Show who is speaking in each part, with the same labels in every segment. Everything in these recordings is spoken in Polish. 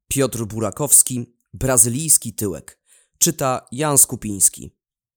Speaker 1: Piotr Burakowski, Brazylijski tyłek. Czyta Jan Skupiński.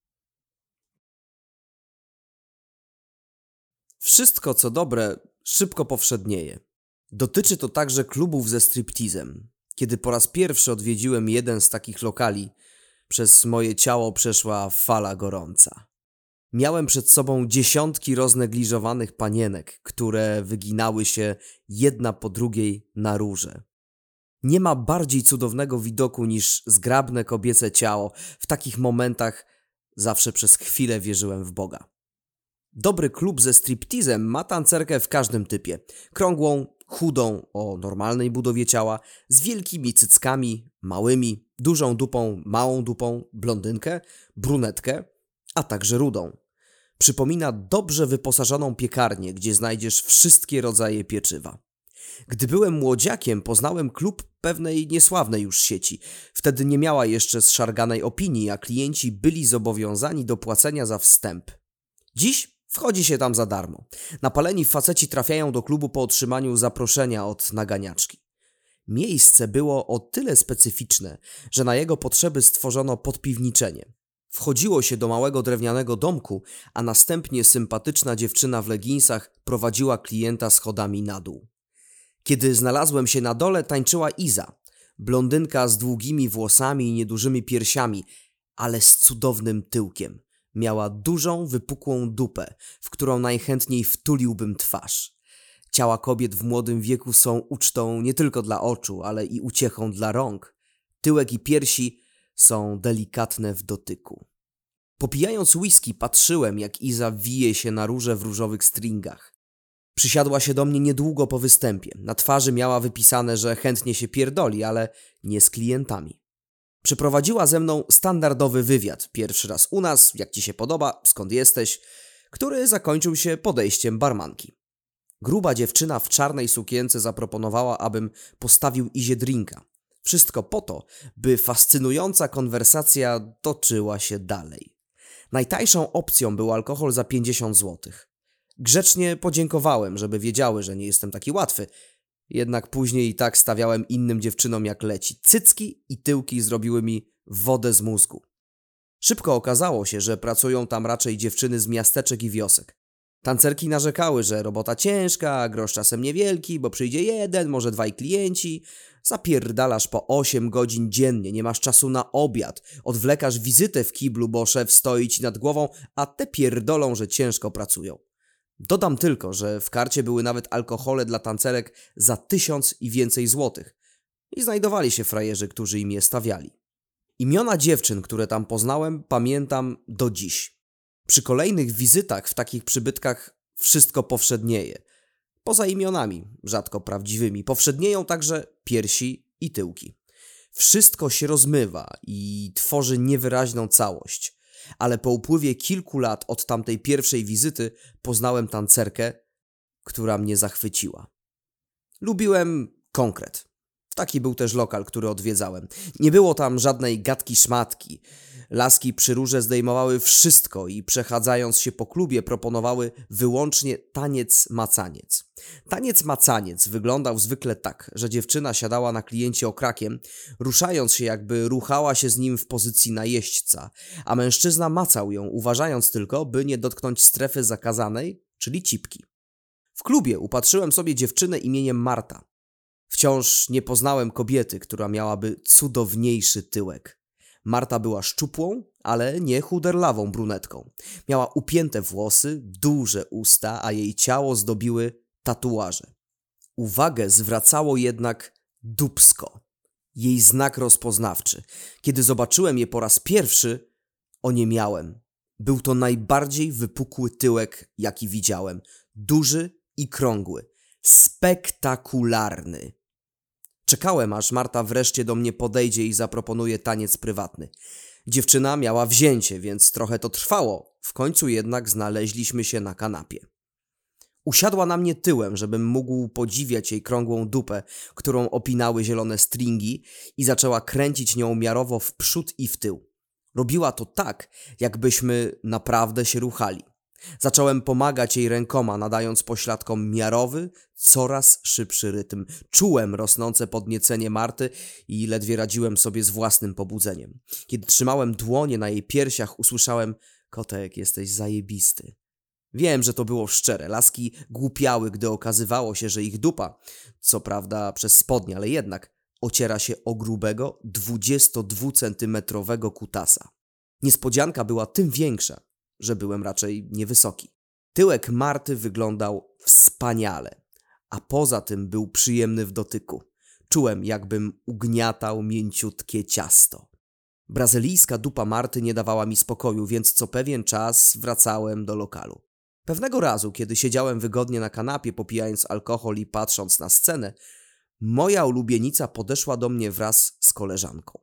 Speaker 1: Wszystko, co dobre, szybko powszednieje. Dotyczy to także klubów ze striptizem. Kiedy po raz pierwszy odwiedziłem jeden z takich lokali, przez moje ciało przeszła fala gorąca. Miałem przed sobą dziesiątki roznegliżowanych panienek, które wyginały się jedna po drugiej na róże. Nie ma bardziej cudownego widoku niż zgrabne kobiece ciało. W takich momentach zawsze przez chwilę wierzyłem w Boga. Dobry klub ze striptizem ma tancerkę w każdym typie. Krągłą, chudą, o normalnej budowie ciała, z wielkimi cyckami, małymi, dużą dupą, małą dupą, blondynkę, brunetkę, a także rudą. Przypomina dobrze wyposażoną piekarnię, gdzie znajdziesz wszystkie rodzaje pieczywa. Gdy byłem młodziakiem, poznałem klub pewnej niesławnej już sieci. Wtedy nie miała jeszcze zszarganej opinii, a klienci byli zobowiązani do płacenia za wstęp. Dziś wchodzi się tam za darmo. Napaleni faceci trafiają do klubu po otrzymaniu zaproszenia od naganiaczki. Miejsce było o tyle specyficzne, że na jego potrzeby stworzono podpiwniczenie. Wchodziło się do małego drewnianego domku, a następnie sympatyczna dziewczyna w leginsach prowadziła klienta schodami na dół. Kiedy znalazłem się na dole, tańczyła Iza, blondynka z długimi włosami i niedużymi piersiami, ale z cudownym tyłkiem. Miała dużą, wypukłą dupę, w którą najchętniej wtuliłbym twarz. Ciała kobiet w młodym wieku są ucztą nie tylko dla oczu, ale i uciechą dla rąk. Tyłek i piersi są delikatne w dotyku. Popijając whisky, patrzyłem, jak Iza wije się na róże w różowych stringach. Przysiadła się do mnie niedługo po występie. Na twarzy miała wypisane, że chętnie się pierdoli, ale nie z klientami. Przeprowadziła ze mną standardowy wywiad. Pierwszy raz u nas, jak ci się podoba, skąd jesteś, który zakończył się podejściem barmanki. Gruba dziewczyna w czarnej sukience zaproponowała, abym postawił Izie drinka. Wszystko po to, by fascynująca konwersacja toczyła się dalej. Najtańszą opcją był alkohol za 50 zł. Grzecznie podziękowałem, żeby wiedziały, że nie jestem taki łatwy. Jednak później i tak stawiałem innym dziewczynom jak leci. Cycki i tyłki zrobiły mi wodę z mózgu. Szybko okazało się, że pracują tam raczej dziewczyny z miasteczek i wiosek. Tancerki narzekały, że robota ciężka, a grosz czasem niewielki, bo przyjdzie jeden, może dwaj klienci. Zapierdalasz po 8 godzin dziennie, nie masz czasu na obiad. Odwlekasz wizytę w kiblu, bo szef stoi ci nad głową, a te pierdolą, że ciężko pracują. Dodam tylko, że w karcie były nawet alkohole dla tancerek za 1000 i więcej złotych. I znajdowali się frajerzy, którzy im je stawiali. Imiona dziewczyn, które tam poznałem, pamiętam do dziś. Przy kolejnych wizytach w takich przybytkach wszystko powszednieje. Poza imionami, rzadko prawdziwymi, powszednieją także piersi i tyłki. Wszystko się rozmywa i tworzy niewyraźną całość. Ale po upływie kilku lat od tamtej pierwszej wizyty poznałem tancerkę, która mnie zachwyciła. Lubiłem konkret. Taki był też lokal, który odwiedzałem. Nie było tam żadnej gadki szmatki. Laski przy rurze zdejmowały wszystko i przechadzając się po klubie proponowały wyłącznie taniec-macaniec. Taniec-macaniec wyglądał zwykle tak, że dziewczyna siadała na kliencie okrakiem, ruszając się jakby ruchała się z nim w pozycji najeźdźca, a mężczyzna macał ją, uważając tylko, by nie dotknąć strefy zakazanej, czyli cipki. W klubie upatrzyłem sobie dziewczynę imieniem Marta. Wciąż nie poznałem kobiety, która miałaby cudowniejszy tyłek. Marta była szczupłą, ale nie chuderlawą brunetką. Miała upięte włosy, duże usta, a jej ciało zdobiły tatuaże. Uwagę zwracało jednak dupsko. Jej znak rozpoznawczy. Kiedy zobaczyłem je po raz pierwszy, oniemiałem. Był to najbardziej wypukły tyłek, jaki widziałem. Duży i krągły. Spektakularny. Czekałem, aż Marta wreszcie do mnie podejdzie i zaproponuje taniec prywatny. Dziewczyna miała wzięcie, więc trochę to trwało. W końcu jednak znaleźliśmy się na kanapie. Usiadła na mnie tyłem, żebym mógł podziwiać jej krągłą dupę, którą opinały zielone stringi, i zaczęła kręcić nią miarowo w przód i w tył. Robiła to tak, jakbyśmy naprawdę się ruchali. Zacząłem pomagać jej rękoma, nadając pośladkom miarowy, coraz szybszy rytm. Czułem rosnące podniecenie Marty i ledwie radziłem sobie z własnym pobudzeniem. Kiedy trzymałem dłonie na jej piersiach, usłyszałem: kotek, jesteś zajebisty. Wiem, że to było szczere. Laski głupiały, gdy okazywało się, że ich dupa, co prawda przez spodnie, ale jednak, ociera się o grubego, 22-centymetrowego kutasa. Niespodzianka była tym większa, że byłem raczej niewysoki. Tyłek Marty wyglądał wspaniale, a poza tym był przyjemny w dotyku. Czułem, jakbym ugniatał mięciutkie ciasto. Brazylijska dupa Marty nie dawała mi spokoju, więc co pewien czas wracałem do lokalu. Pewnego razu, kiedy siedziałem wygodnie na kanapie, popijając alkohol i patrząc na scenę, moja ulubienica podeszła do mnie wraz z koleżanką.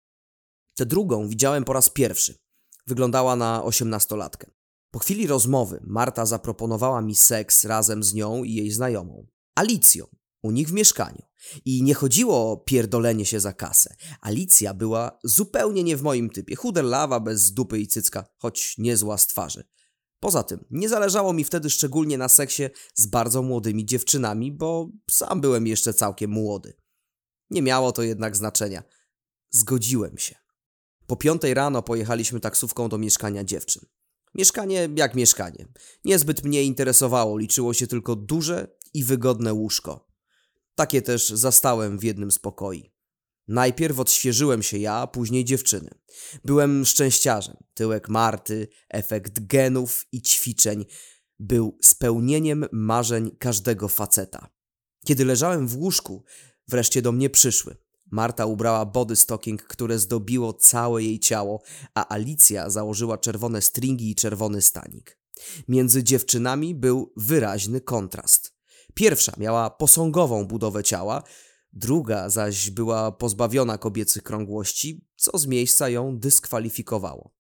Speaker 1: Tę drugą widziałem po raz pierwszy. Wyglądała na 18-latkę. Po chwili rozmowy Marta zaproponowała mi seks razem z nią i jej znajomą, Alicją, u nich w mieszkaniu. I nie chodziło o pierdolenie się za kasę. Alicja była zupełnie nie w moim typie. Chuderlawa, bez dupy i cycka, choć niezła z twarzy. Poza tym, nie zależało mi wtedy szczególnie na seksie z bardzo młodymi dziewczynami, bo sam byłem jeszcze całkiem młody. Nie miało to jednak znaczenia. Zgodziłem się. Po 5 rano pojechaliśmy taksówką do mieszkania dziewczyn. Mieszkanie jak mieszkanie. Niezbyt mnie interesowało, liczyło się tylko duże i wygodne łóżko. Takie też zastałem w jednym z pokoi. Najpierw odświeżyłem się ja, a później dziewczyny. Byłem szczęściarzem. Tyłek Marty, efekt genów i ćwiczeń był spełnieniem marzeń każdego faceta. Kiedy leżałem w łóżku, wreszcie do mnie przyszły. Marta ubrała body stocking, które zdobiło całe jej ciało, a Alicja założyła czerwone stringi i czerwony stanik. Między dziewczynami był wyraźny kontrast. Pierwsza miała posągową budowę ciała, druga zaś była pozbawiona kobiecych krągłości, co z miejsca ją dyskwalifikowało.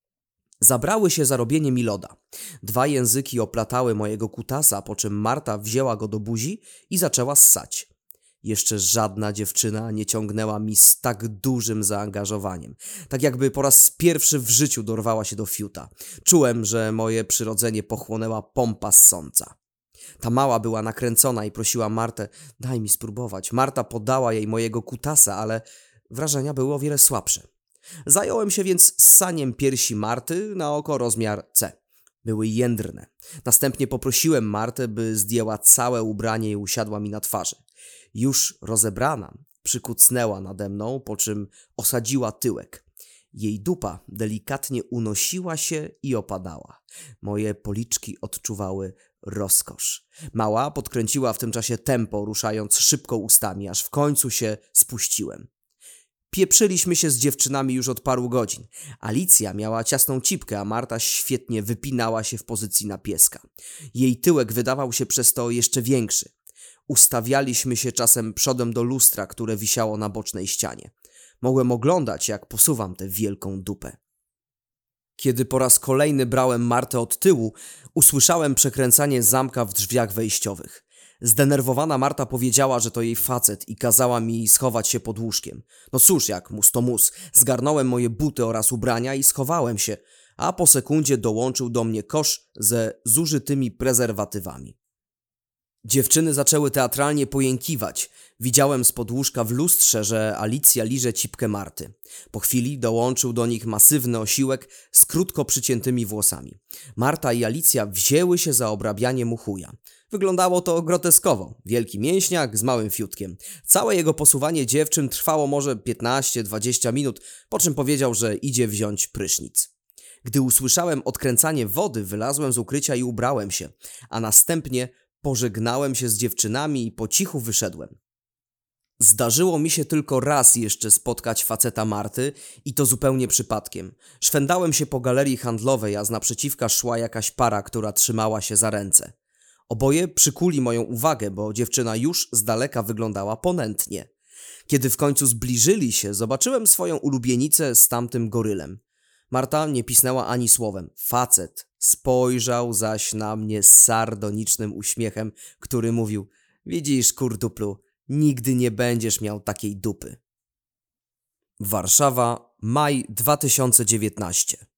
Speaker 1: Zabrały się za robienie mi loda. 2 języki oplatały mojego kutasa, po czym Marta wzięła go do buzi i zaczęła ssać. Jeszcze żadna dziewczyna nie ciągnęła mi z tak dużym zaangażowaniem. Tak jakby po raz pierwszy w życiu dorwała się do fiuta. Czułem, że moje przyrodzenie pochłonęła pompa ssąca. Ta mała była nakręcona i prosiła Martę: daj mi spróbować. Marta podała jej mojego kutasa, ale wrażenia były o wiele słabsze. Zająłem się więc ssaniem piersi Marty na oko rozmiar C. Były jędrne. Następnie poprosiłem Martę, by zdjęła całe ubranie i usiadła mi na twarzy. Już rozebrana, przykucnęła nade mną, po czym osadziła tyłek. Jej dupa delikatnie unosiła się i opadała. Moje policzki odczuwały rozkosz. Mała podkręciła w tym czasie tempo, ruszając szybko ustami, aż w końcu się spuściłem. Pieprzyliśmy się z dziewczynami już od paru godzin. Alicja miała ciasną cipkę, a Marta świetnie wypinała się w pozycji na pieska. Jej tyłek wydawał się przez to jeszcze większy. Ustawialiśmy się czasem przodem do lustra, które wisiało na bocznej ścianie. Mogłem oglądać, jak posuwam tę wielką dupę. Kiedy po raz kolejny brałem Martę od tyłu, usłyszałem przekręcanie zamka w drzwiach wejściowych. Zdenerwowana Marta powiedziała, że to jej facet i kazała mi schować się pod łóżkiem. No cóż, jak mus to mus. Zgarnąłem moje buty oraz ubrania i schowałem się, a po sekundzie dołączył do mnie kosz ze zużytymi prezerwatywami. Dziewczyny zaczęły teatralnie pojękiwać. Widziałem spod łóżka w lustrze, że Alicja liże cipkę Marty. Po chwili dołączył do nich masywny osiłek z krótko przyciętymi włosami. Marta i Alicja wzięły się za obrabianie mu chuja. Wyglądało to groteskowo. Wielki mięśniak z małym fiutkiem. Całe jego posuwanie dziewczyn trwało może 15-20 minut, po czym powiedział, że idzie wziąć prysznic. Gdy usłyszałem odkręcanie wody, wylazłem z ukrycia i ubrałem się, a następnie pożegnałem się z dziewczynami i po cichu wyszedłem. Zdarzyło mi się tylko raz jeszcze spotkać faceta Marty i to zupełnie przypadkiem. Szwendałem się po galerii handlowej, a z naprzeciwka szła jakaś para, która trzymała się za ręce. Oboje przykuli moją uwagę, bo dziewczyna już z daleka wyglądała ponętnie. Kiedy w końcu zbliżyli się, zobaczyłem swoją ulubienicę z tamtym gorylem. Marta nie pisnęła ani słowem. Facet spojrzał zaś na mnie z sardonicznym uśmiechem, który mówił: widzisz, kurduplu, nigdy nie będziesz miał takiej dupy. Warszawa, maj 2019.